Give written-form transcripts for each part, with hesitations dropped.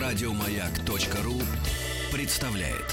Радиомаяк.ру представляет.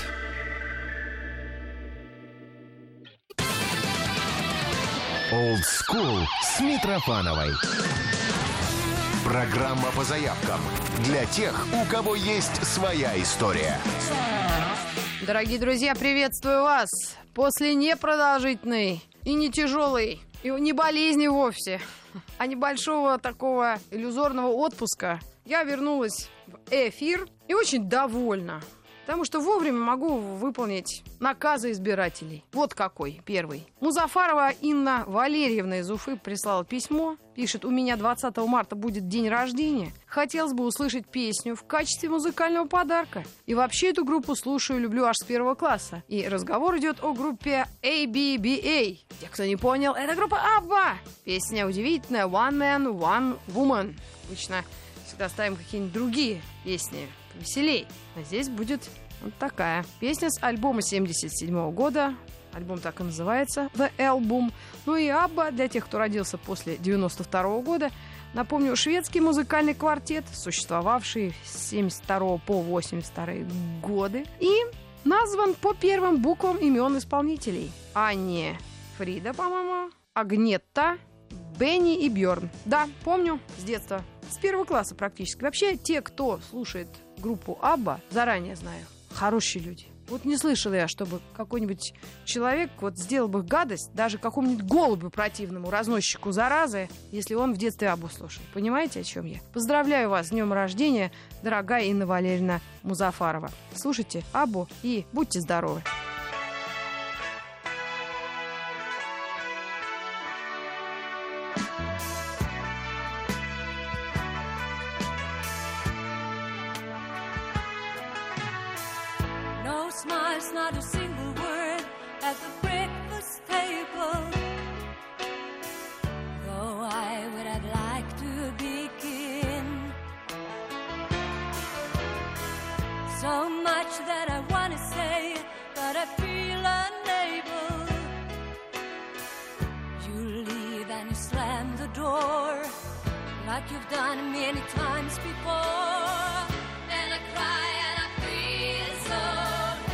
Old School с Митрофановой. Программа по заявкам для тех, у кого есть своя история. Дорогие друзья, приветствую вас! После непродолжительной и не тяжелой, и не болезни вовсе, а небольшого такого иллюзорного отпуска я вернулась в эфир и очень довольна. Потому что вовремя могу выполнить наказы избирателей. Вот какой первый. Музафарова Инна Валерьевна из Уфы прислала письмо. Пишет: у меня 20 марта будет день рождения. Хотелось бы услышать песню в качестве музыкального подарка. И вообще эту группу слушаю, люблю аж с 1 класса. И разговор идет о группе ABBA. Те, кто не понял, это группа ABBA. Песня удивительная. One Man, One Woman. Обычно всегда ставим какие-нибудь другие песни повеселей. А здесь будет вот такая песня с альбома 1977 года. Альбом так и называется, The Album. Ну и ABBA, для тех, кто родился после 1992 года, напомню, шведский музыкальный квартет, существовавший с 1972 по 1982 годы, и назван по первым буквам имен исполнителей. Анне Фрида, по-моему, Агнетта, Бенни и Бьорн. Да, помню с детства. С 1 класса практически. Вообще, те, кто слушает группу ABBA, заранее знаю, хорошие люди. Вот не слышала я, чтобы какой-нибудь человек вот сделал бы гадость даже какому-нибудь голубю противному, разносчику заразы, если он в детстве ABBA слушал. Понимаете, о чем я? Поздравляю вас с днем рождения, дорогая Инна Валерьевна Музафарова. Слушайте ABBA и будьте здоровы. Smiles, not a single word at the breakfast table. Though I would have liked to begin. So much that I want to say, but I feel unable. You leave and you slam the door, like you've done many times before. And I cry and I feel so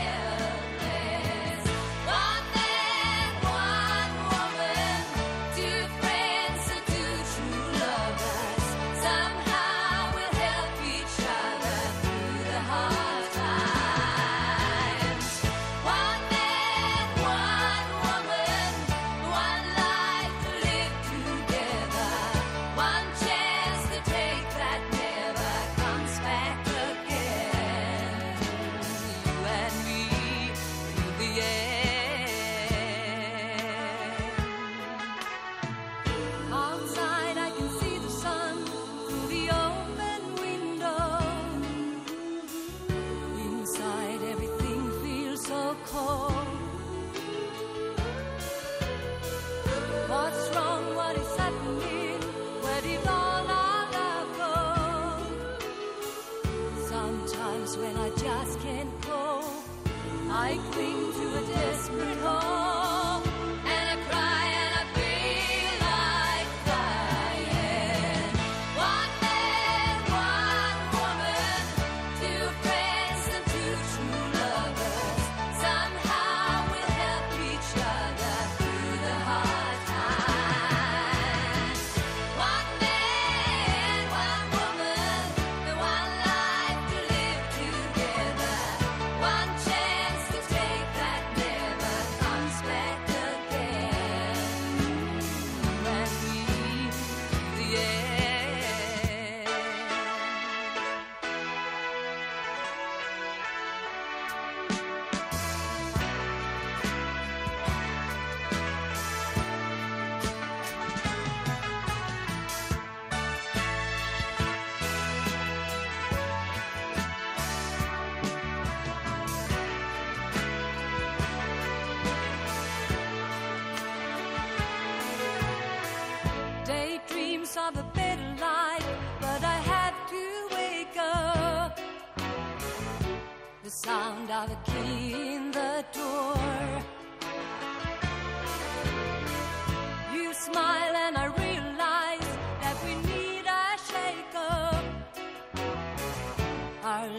when I just can't go, I cling to a desperate hope, and I cry and I feel like crying. One man, one woman, two friends and two true lovers, somehow we'll help each other through the hard times. One man, one woman, and one life to live together. One chance to take that never comes back again. When we the end. Daydreams of a better life, but I have to wake up. The sound of a key in the door. You smile and I realize that we need a shake-up. Our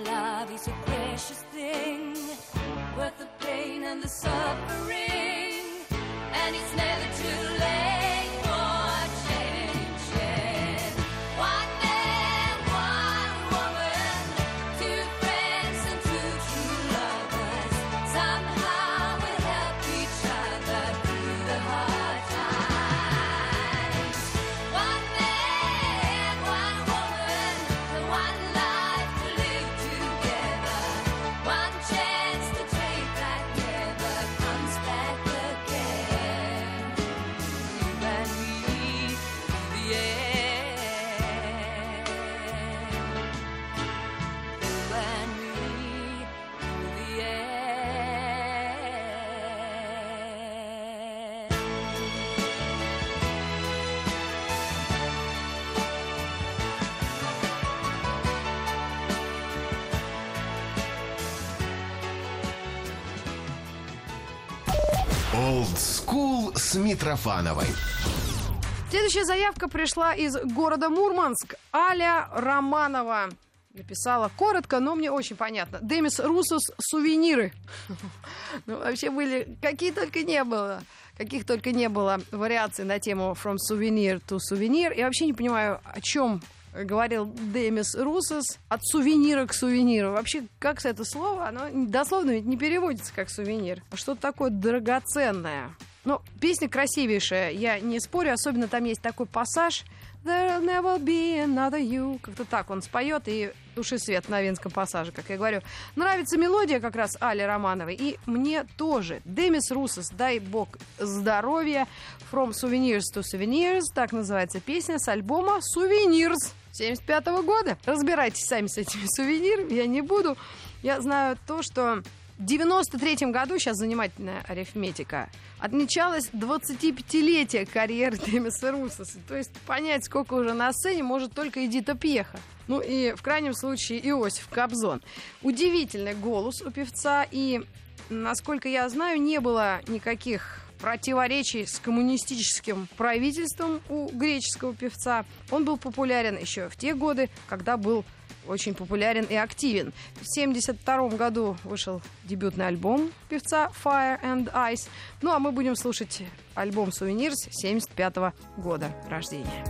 Old School с Митрофановой. Следующая заявка пришла из города Мурманск. Аля Романова написала коротко, но мне очень понятно. Демис Руссос «Сувениры». Ну, вообще были, каких только не было вариаций на тему «From souvenir to souvenir». Я вообще не понимаю, о чем говорил Демис Руссос, от сувенира к сувениру. Вообще, как это слово, оно дословно ведь не переводится как сувенир. А что-то такое драгоценное. Ну, песня красивейшая, я не спорю, особенно там есть такой пассаж «There'll never be another you». Как-то так он споет, и души свет на венском пассаже, как я говорю. Нравится мелодия как раз Али Романовой, и мне тоже. Демис Руссос, дай бог здоровья. From Souvenirs to Souvenirs, так называется песня с альбома «Souvenirs» 75-го года. Разбирайтесь сами с этими сувенирами, я не буду. Я знаю то, что в 93-м году, сейчас занимательная арифметика, отмечалось 25-летие карьеры Демиса Руссоса. То есть понять, сколько уже на сцене, может только Эдита Пьеха. Ну и в крайнем случае Иосиф Кобзон. Удивительный голос у певца, и, насколько я знаю, не было никаких противоречий с коммунистическим правительством у греческого певца. Он был популярен еще в те годы, когда был очень популярен и активен. В 1972 году вышел дебютный альбом певца Fire and Ice. Ну а мы будем слушать альбом Souvenirs 1975 года рождения.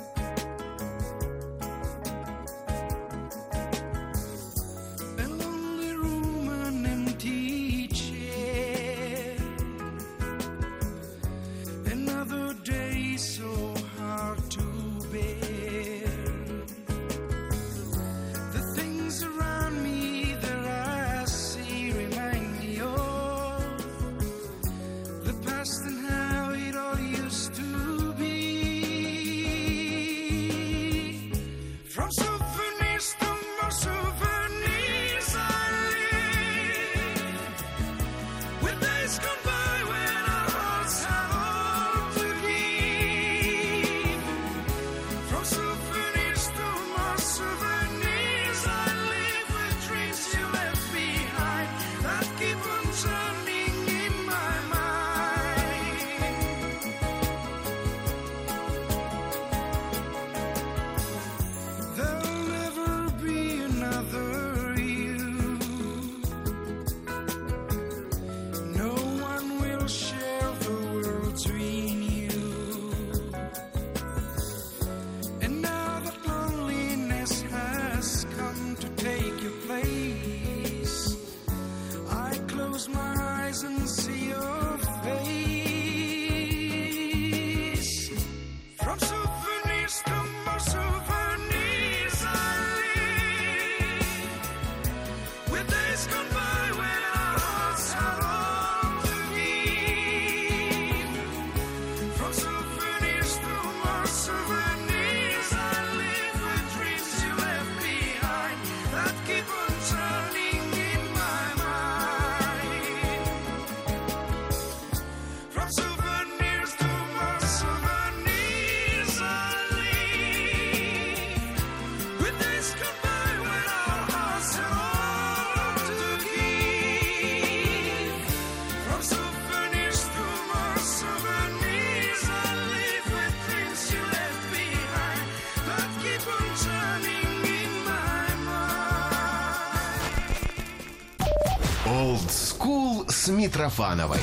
Old School с Митрофановой.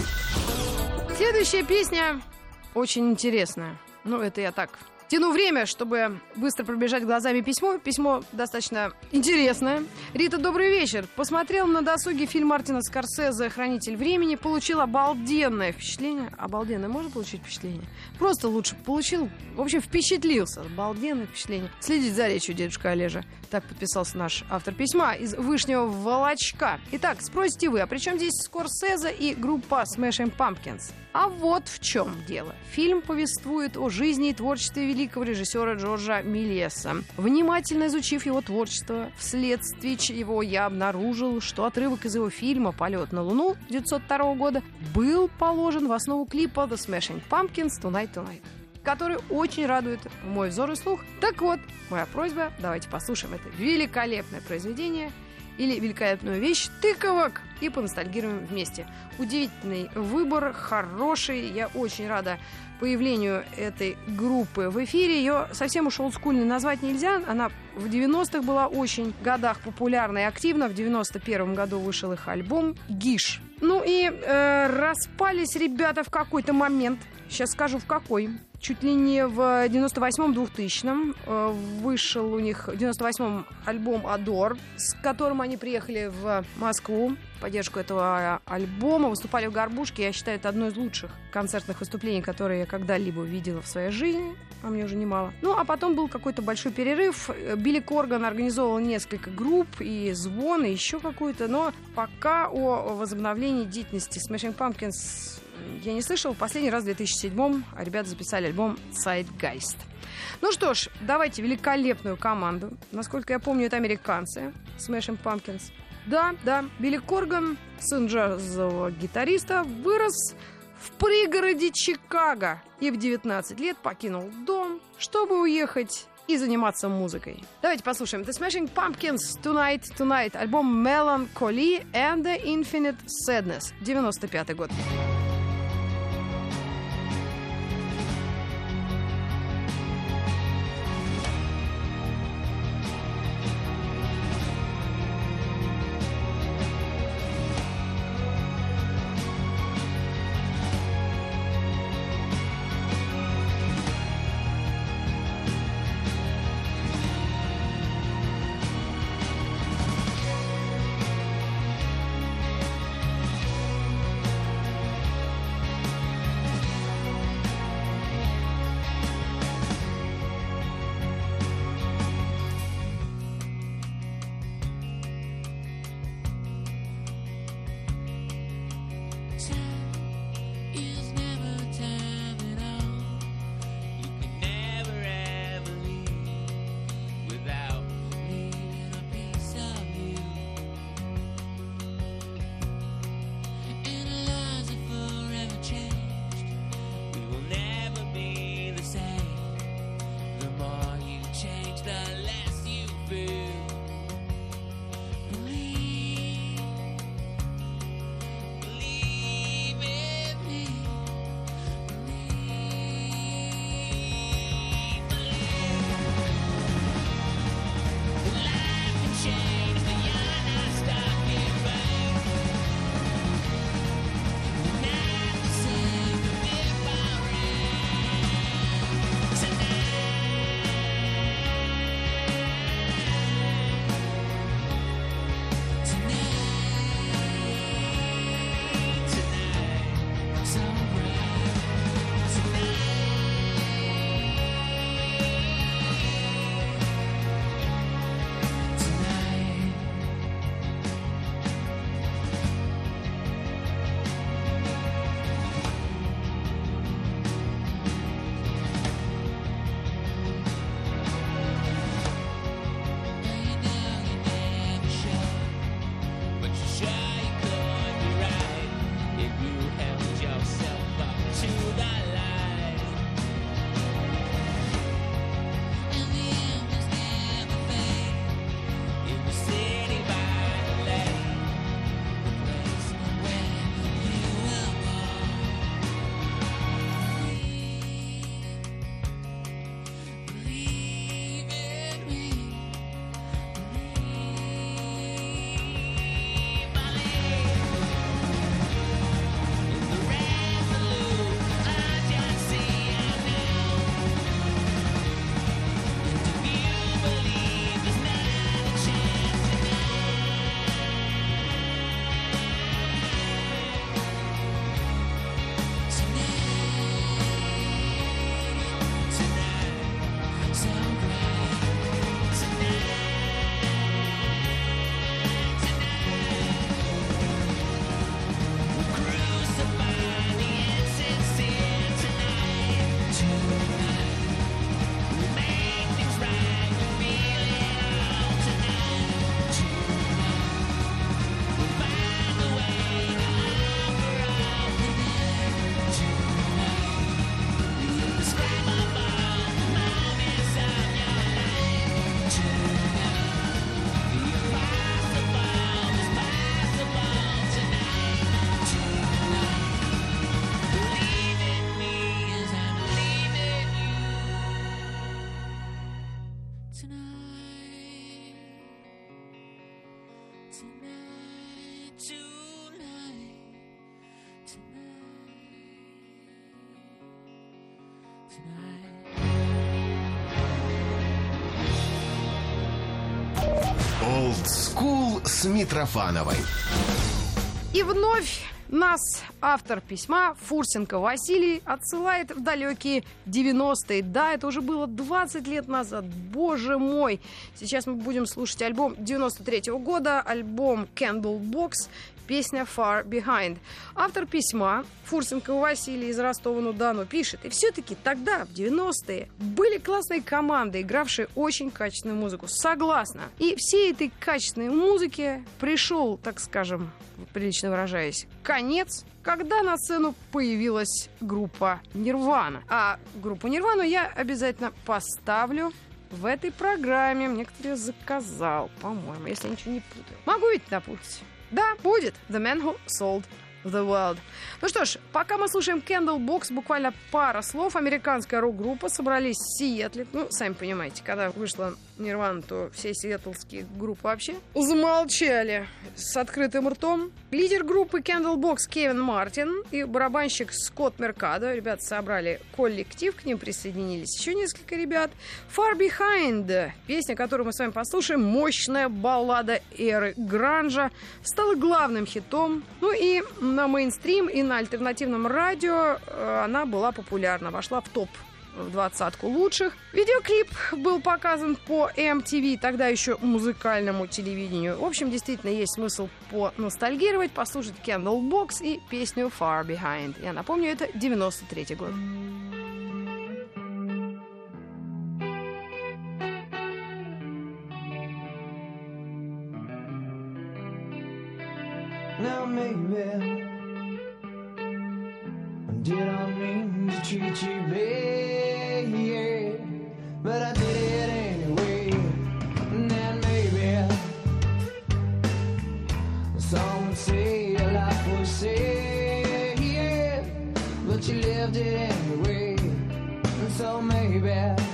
Следующая песня очень интересная. Ну, это я так тяну время, чтобы быстро пробежать глазами письмо. Письмо достаточно интересное. Рита, добрый вечер. Посмотрел на досуге фильм Мартина Скорсезе «Хранитель времени». Получил обалденное впечатление. Обалденное можно получить впечатление? Просто лучше получил. В общем, впечатлился. Обалденное впечатление. Следить за речью, дедушка Олежа. Так подписался наш автор письма из Вышнего Волочка. Итак, спросите вы, а при чем здесь Скорсезе и группа Smashing Pumpkins? А вот в чем дело. Фильм повествует о жизни и творчестве великого режиссера Джорджа Мельеса. Внимательно изучив его творчество, вследствие чего я обнаружил, что отрывок из его фильма «Полет на Луну» 1902 года был положен в основу клипа The Smashing Pumpkins «Tonight, Tonight», который очень радует мой взор и слух. Так вот, моя просьба, давайте послушаем это великолепное произведение или великолепную вещь тыковок и поностальгируем вместе. Удивительный выбор, хороший. Я очень рада появлению этой группы в эфире. Ее совсем уж олдскульной назвать нельзя. Она в 90-х была очень годах популярна и активна. В 91-м году вышел их альбом «Гиш». Ну и распались ребята в какой-то момент. Сейчас скажу, в какой. Чуть ли не в 98-м, 2000-м вышел у них в 98-м альбом «Адор», с которым они приехали в Москву. В поддержку этого альбома выступали в «Горбушке». Я считаю, это одно из лучших концертных выступлений, которые я когда-либо видела в своей жизни. А мне уже немало. Ну, а потом был какой-то большой перерыв. Билли Корган организовал несколько групп, и «Звон», и еще какую-то. Но пока о возобновлении деятельности Smashing Pumpkins я не слышал. Последний раз в 2007-м ребята записали альбом «Zeitgeist». Ну что ж, давайте великолепную команду. Насколько я помню, это американцы, Smashing Pumpkins. Да, Билли Корган, сын джазового гитариста, вырос в пригороде Чикаго и в 19 лет покинул дом, чтобы уехать и заниматься музыкой. Давайте послушаем The Smashing Pumpkins Tonight, альбом Melancholy and the Infinite Sadness, 95-й год. Old School с Митрофановой. И вновь нас автор письма Фурсенко Василий отсылает в далекие 90-е. Да, это уже было 20 лет назад. Боже мой! Сейчас мы будем слушать альбом 93-го года, альбом Candlebox, песня Far Behind. Автор письма Фурсенко Василий из Ростова-на-Дону пишет: и все-таки тогда, в 90-е, были классные команды, игравшие очень качественную музыку. Согласна. И всей этой качественной музыке пришел, так скажем, прилично выражаясь, конец, когда на сцену появилась группа Нирвана. А группу Нирвану я обязательно поставлю в этой программе. Мне кто-то заказал, по-моему, если я ничего не путаю. Могу ведь напутать? Да, будет. The Man Who Sold the World. Ну что ж, пока мы слушаем Candlebox, буквально пара слов. Американская рок-группа собрались в Сиэтле. Ну, сами понимаете, когда вышла Нирвана, то все сиэтлские группы вообще замолчали с открытым ртом. Лидер группы Candlebox Кевин Мартин и барабанщик Скотт Меркадо. Ребята собрали коллектив, к ним присоединились еще несколько ребят. Far Behind, песня, которую мы с вами послушаем, мощная баллада эры гранжа, стала главным хитом. Ну и на мейнстрим и на альтернативном радио она была популярна, вошла в топ в 20-ку лучших. Видеоклип был показан по MTV, тогда еще музыкальному телевидению. В общем, действительно есть смысл поностальгировать, послушать Candlebox и песню Far Behind. Я напомню, это 93-й год. Now maybe did I mean to treat you bad, but I did it anyway. And then maybe some would say your life was sad, but you lived it anyway. And so maybe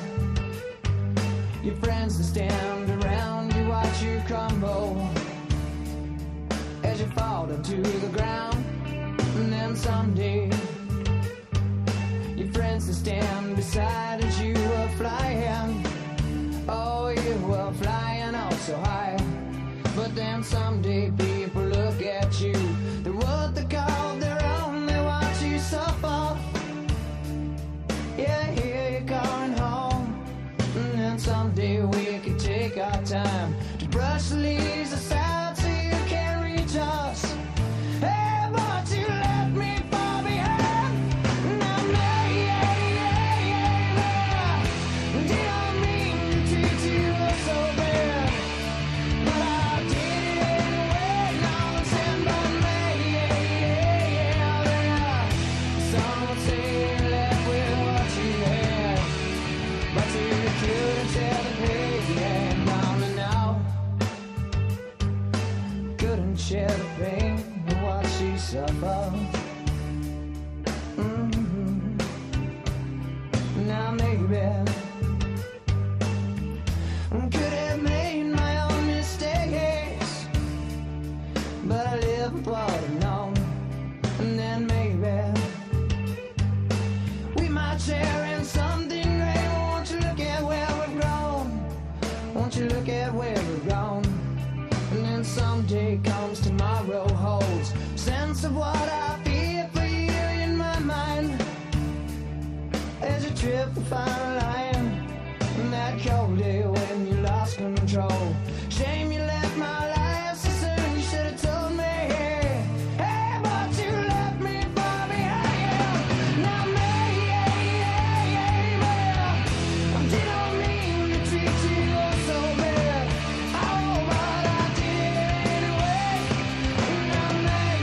your friends that stand around you watch you crumble as you fall to the ground. And then someday your friends that stand beside as you were flying, oh, you were flying oh so high. But then someday people look at you, they're what they call their own, they watch you suffer. Yeah, here you're going home. And then someday we could take our time to brush the leaves aside so you can reach us. Hey, but you left me far behind. Now, did I mean to treat you so bad? But I did it anyway. Now I'm saying, but some would say you left with what you had, but you couldn't tell the pain. Yeah, now, couldn't share the pain of what she suffered. Now maybe could have made my own mistakes, but I live for what I know. And then maybe we might share in something great. Won't you look at where we've grown? Won't you look at where we've grown? And then someday comes tomorrow holds sense of what I feel for you in my mind. As you trip the fine line, and that cold day when you lost control. Shame you left my life so soon, you should have told me. Hey, but you left me far behind. Now maybe did I mean to treat you so bad? Oh, but I did it anyway. Now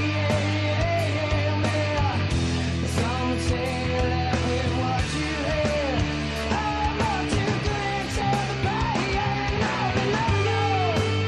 maybe some would say you left with what you had. Oh, but you couldn't tell the pain. No.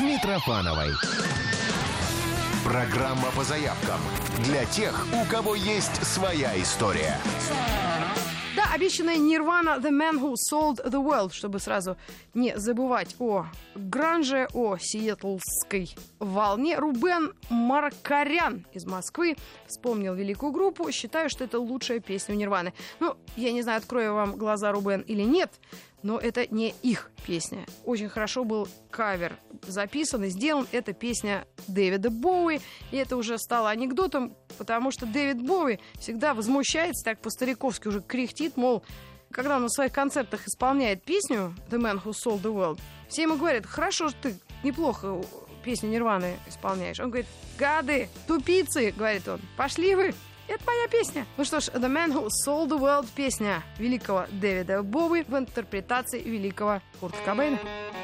Митрофановой. Программа по заявкам для тех, у кого есть своя история. Да, обещанная Nirvana «The Man Who Sold the World», чтобы сразу не забывать о гранже, о сиэтлской волне. Рубен Маркарян из Москвы вспомнил великую группу. Считаю, что это лучшая песня у Нирваны. Ну, я не знаю, открою вам глаза, Рубен, или нет, но это не их песня. Очень хорошо был кавер записан и сделан. Это песня Дэвида Боуи. И это уже стало анекдотом, потому что Дэвид Боуи всегда возмущается, так по-стариковски уже кряхтит, мол, когда он на своих концертах исполняет песню «The Man Who Sold the World», все ему говорят: хорошо, ты неплохо песню Нирваны исполняешь. Он говорит: гады, тупицы, говорит он, пошли вы. Это моя песня. Ну что ж, «The Man Who Sold the World» — песня великого Дэвида Боуи в интерпретации великого Курта Кобейна.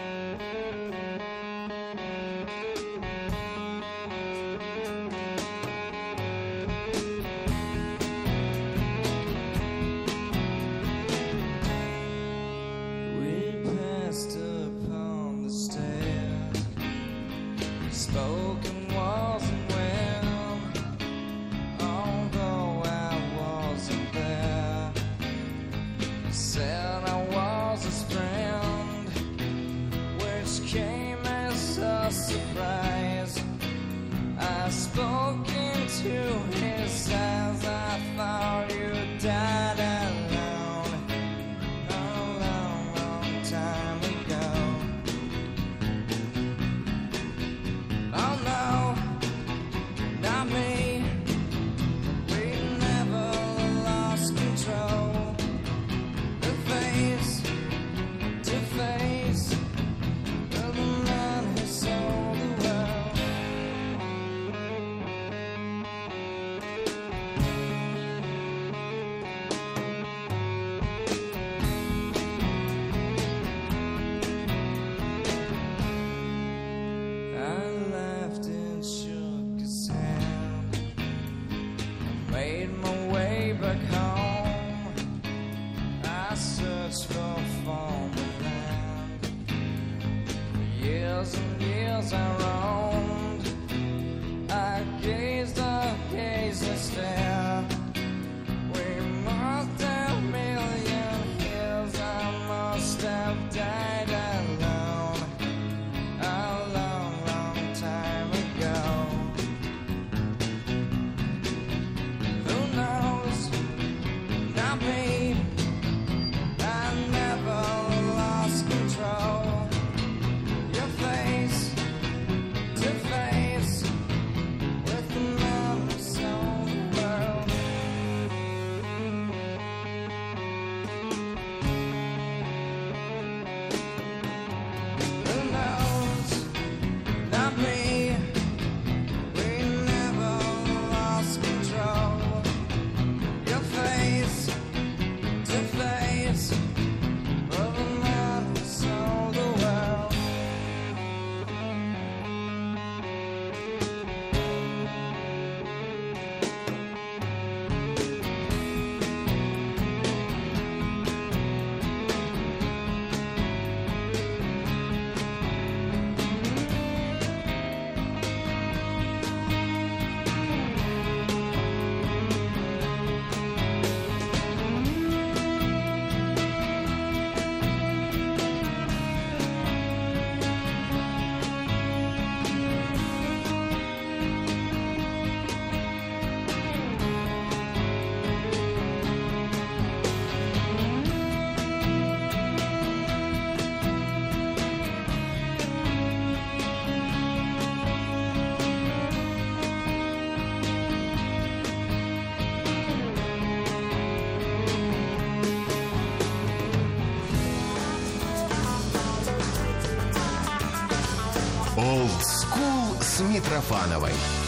Олдскул с Митрофановой.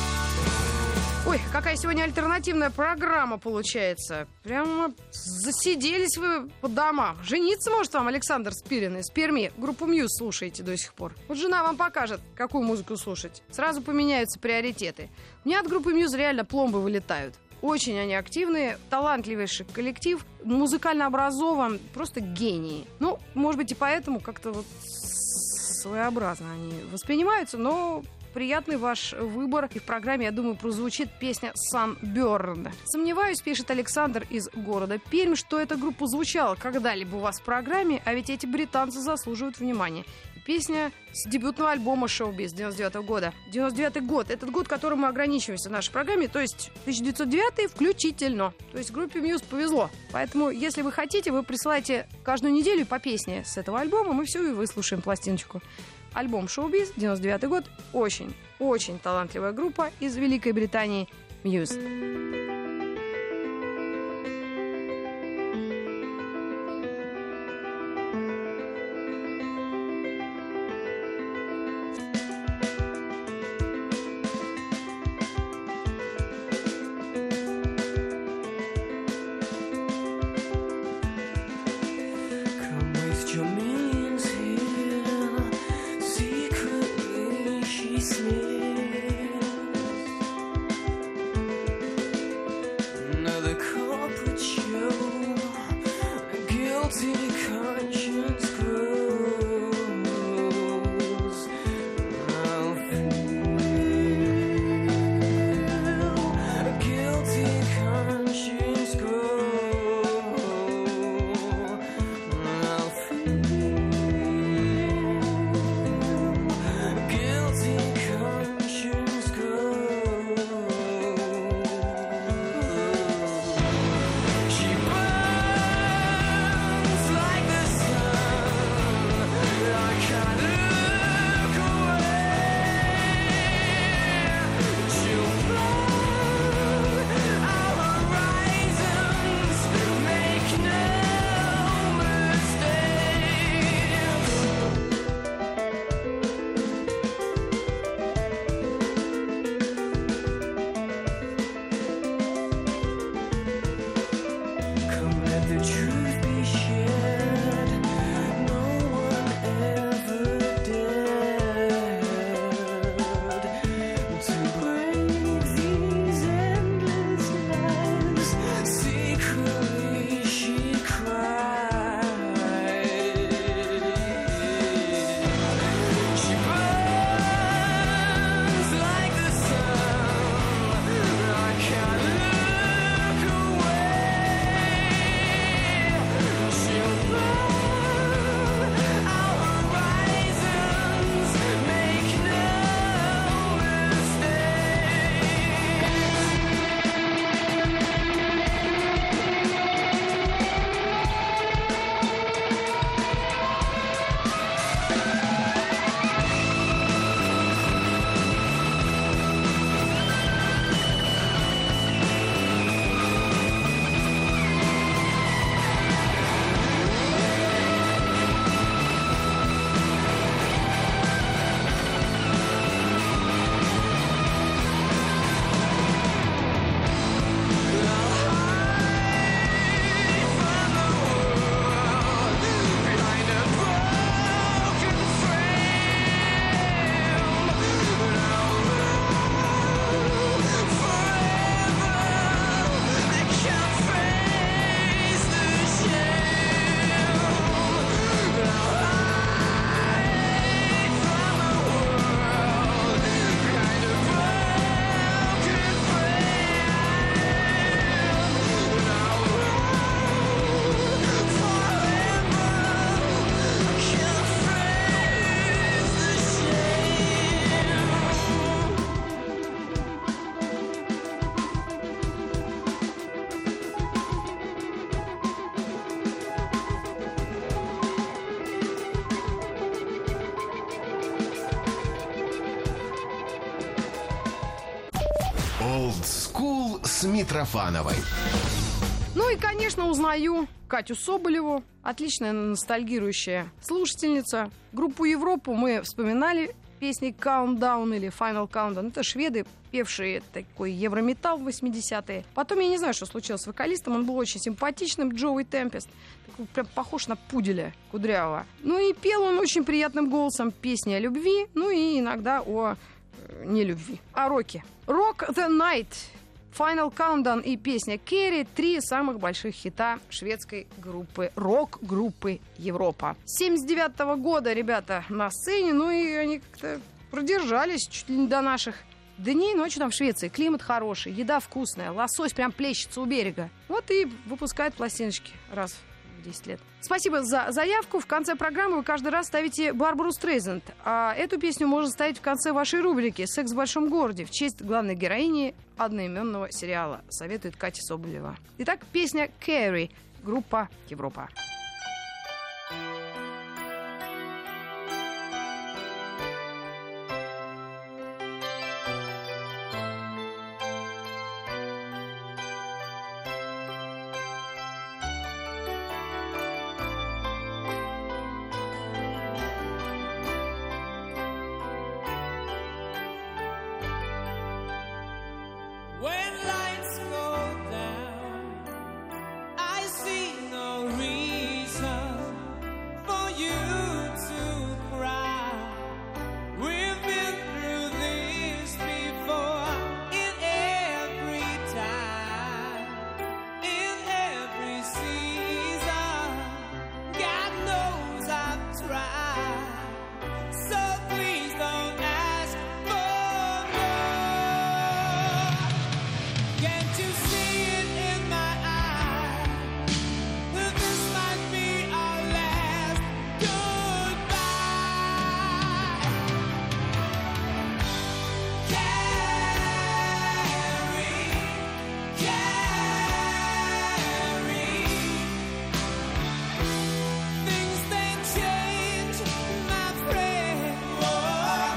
Ой, какая сегодня альтернативная программа получается. Прямо засиделись вы по домам. Жениться может вам Александр Спирин из Перми. Группу Мьюз слушаете до сих пор. Вот жена вам покажет, какую музыку слушать. Сразу поменяются приоритеты. У меня от группы Мьюз реально пломбы вылетают. Очень они активные, талантливейший коллектив, музыкально образован, просто гении. Ну, может быть, и поэтому как-то вот своеобразно они воспринимаются, но приятный ваш выбор. И в программе, я думаю, прозвучит песня «Sunburned». Сомневаюсь, пишет Александр из города Пермь, что эта группа звучала когда-либо у вас в программе, а ведь эти британцы заслуживают внимания. Песня с дебютного альбома «Showbiz» 99 года. 99 год. Этот год, которым мы ограничиваемся в нашей программе, то есть 1909 включительно. То есть группе Muse повезло. Поэтому, если вы хотите, вы присылайте каждую неделю по песне с этого альбома, мы все и выслушаем пластиночку. Альбом «Showbiz», 99 год. Очень талантливая группа из Великой Британии Muse. Олдскул с Митрофановой. Ну и, конечно, узнаю Катю Соболеву, отличная ностальгирующая слушательница. Группу «Европу» мы вспоминали песней «Countdown» или «Final Countdown». Это шведы, певшие такой еврометалл в 80-е. Потом, я не знаю, что случилось с вокалистом, он был очень симпатичным, Джоуи Темпест. Такой прям похож на пуделя кудрявого. Ну и пел он очень приятным голосом песни о любви, ну и иногда о нелюбви. О роке. «Rock the Night» Final Countdown и песня Carry — 3 самых больших хита шведской группы, рок-группы Европа. С 79 года ребята на сцене, ну и они как-то продержались чуть ли не до наших дней. Ночью там в Швеции климат хороший, еда вкусная, лосось прям плещется у берега. Вот и выпускают пластиночки раз в 10 лет. Спасибо за заявку. В конце программы вы каждый раз ставите Барбару Стрейзанд. А эту песню можно ставить в конце вашей рубрики «Секс в большом городе» в честь главной героини одноименного сериала. Советует Катя Соболева. Итак, песня «Carry», группа Европа. When lights go down, I see no reason for you to cry. We've been through this before, in every time, in every season. God knows I've tried, so please don't ask for more. Can't you see it in my eyes? This might be our last goodbye. Carry. Things they change, my friend. Oh,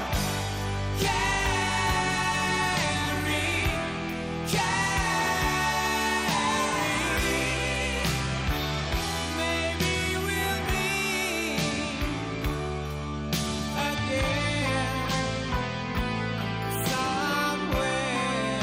carry. Maybe we'll meet again somewhere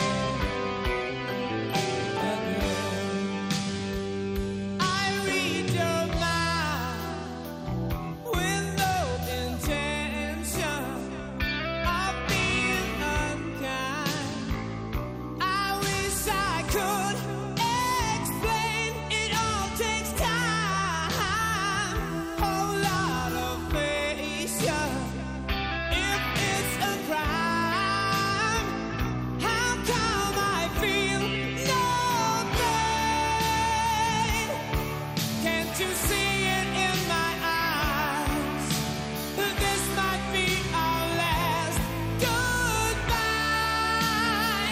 again. I read your mind with no intention of being unkind. I wish I could explain. It all takes time, whole lot of patience. If it's a crime, how come I feel no pain? Can't you see it in my eyes? This might be our last goodbye.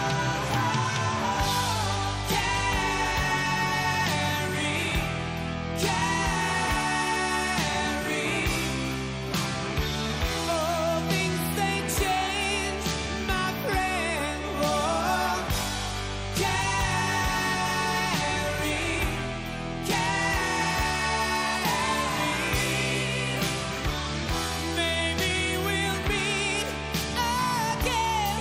Carry. Oh, things they change, my friend. Oh, carry. Maybe we'll meet again.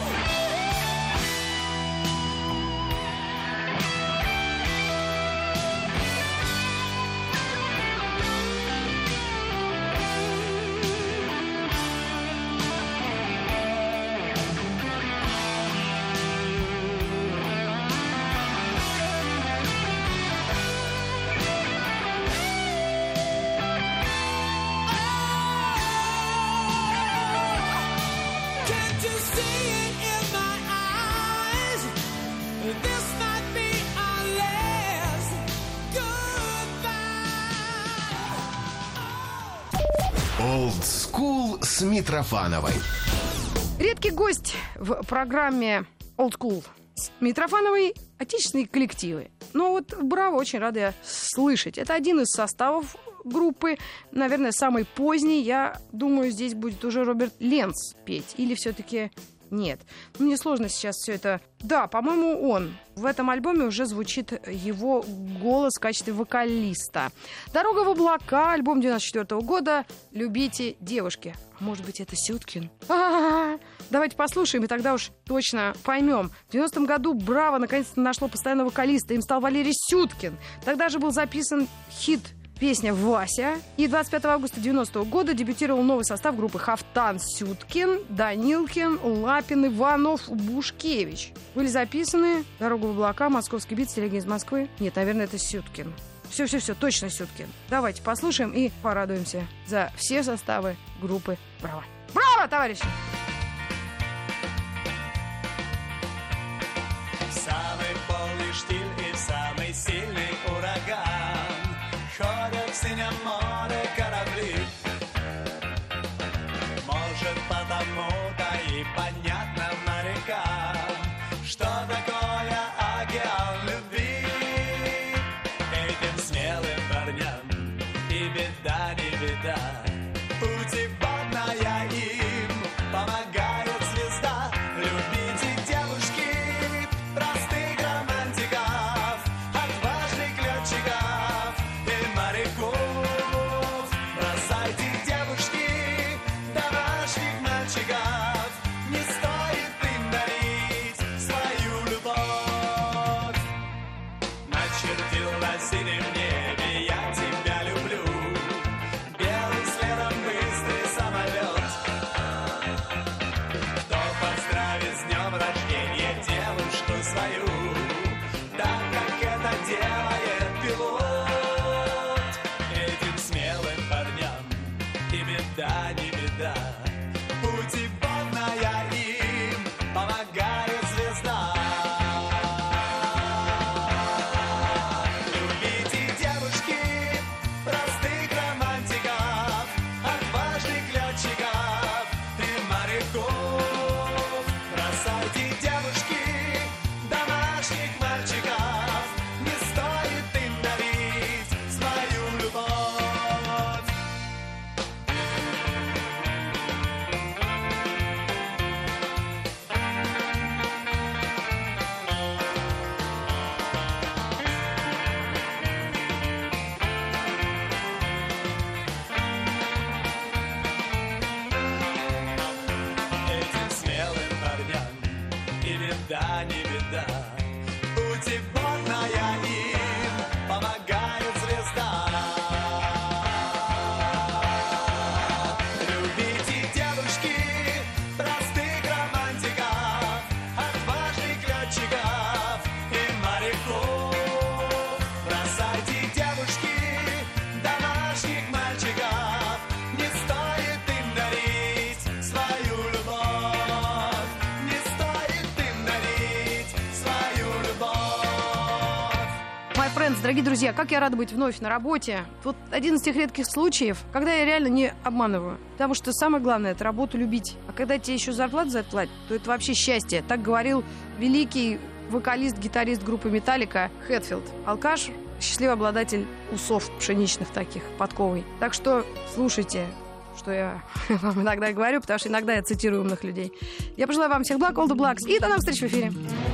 Can't you see it in my eyes? This might be our last goodbye. Old School с Митрофановой. Редкий гость в программе Old School с Митрофановой — отечественные коллективы. Но вот браво, очень рада слышать. Это один из составов группы, наверное, самый поздний. Я думаю, здесь будет уже Роберт Ленц петь. Или все-таки нет. Мне сложно сейчас все это... Да, по-моему, он. В этом альбоме уже звучит его голос в качестве вокалиста. «Дорога в облака», альбом 94 года. «Любите, девушки». Может быть, это Сюткин? Давайте послушаем, и тогда уж точно поймем. В 90-м году «Браво» наконец-то нашло постоянного вокалиста. Им стал Валерий Сюткин. Тогда же был записан хит песня «Вася». И 25 августа 90 года дебютировал новый состав группы «Хафтан», Сюткин, Данилкин, Лапин, Иванов, Бушкевич. Были записаны «Дорога в облака», «Московский бит», «Телега из Москвы». Нет, наверное, это Сюткин. Все, точно Сюткин. Давайте послушаем и порадуемся за все составы группы «Браво». Браво, товарищи! Самый полный штиль и самый сильный ураган. Ходят в синем море корабли. Может, потому-то и понятно морякам, что такое океан любви. Этим смелым парням и беда не беда. Путеводная им помогает звезда. Любите девушки, простых романтиков, отважных летчиков и моряков. Бросайте, девушки, домашних мальчиков, не стоит им дарить свою любовь. Начертил на синем небе я тебя люблю, белым следом быстрый самолет. Кто поздравит с днем рождения девушку свою, так как это делает пилот. Этим смелым парням и беда не беда. Путеводная им помогает звезда. Любите, девушки, простых романтиков, отважных летчиков и моряков. Бросайте, девушки, домашних мальчиков, не стоит им дарить свою любовь. Этим смелым парням и беда не беда. Путеводная им помогает звезда. Любите, девушки, простых романтиков, отважных летчиков и моряков. Бросайте, девушки, домашних мальчиков, не стоит им дарить свою любовь. Не стоит им дарить свою любовь. My friends, дорогие друзья, как я рада быть вновь на работе. Вот один из тех редких случаев, когда я реально не обманываю. Потому что самое главное — это работу любить. А когда тебе еще зарплату за это платят, то это вообще счастье. Так говорил великий вокалист, гитарист группы «Металлика» Хэтфилд. Алкаш — счастливый обладатель усов пшеничных таких, подковой. Так что слушайте, что я вам иногда говорю, потому что иногда я цитирую умных людей. Я пожелаю вам всех благ, all the blacks, и до новых встреч в эфире.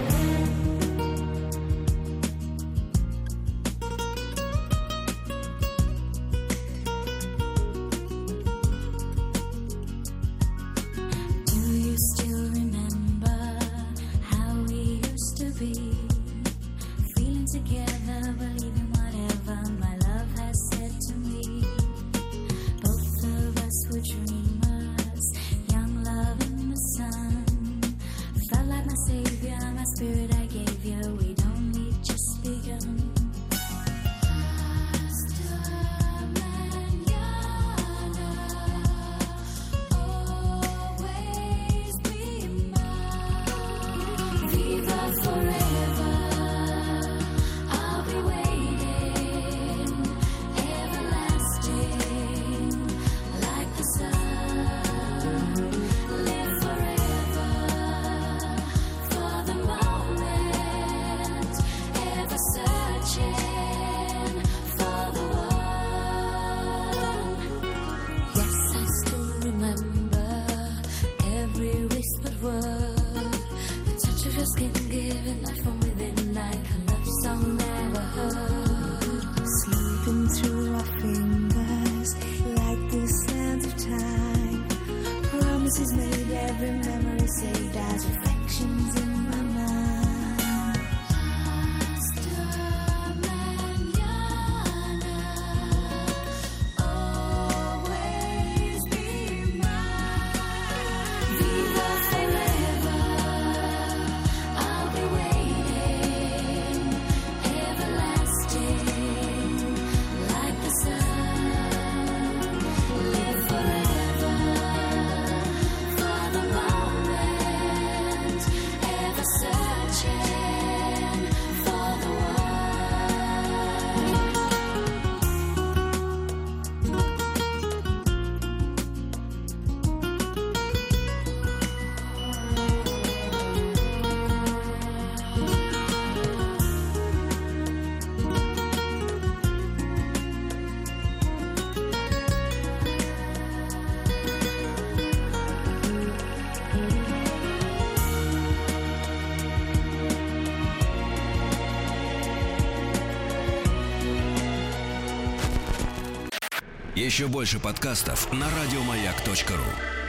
Do you still remember how we used to be? Feeling together, believing whatever my love has said to me. Both of us were dreamers, young love in the sun. Felt like my savior, my spirit I gave you. We don't need just begun. Always be mine. Viva forever. I'll be waiting, everlasting, like the sun. Live forever for the moment, ever searching for the one. Yes, I still remember every whispered word, the touch of your skin giving life from within, like a love song never heard. Sleeping through our fingers, like the sands of time. Promises made, every memory saved as reflections in my mind. Hasta mañana. Еще больше подкастов на радиомаяк.ру.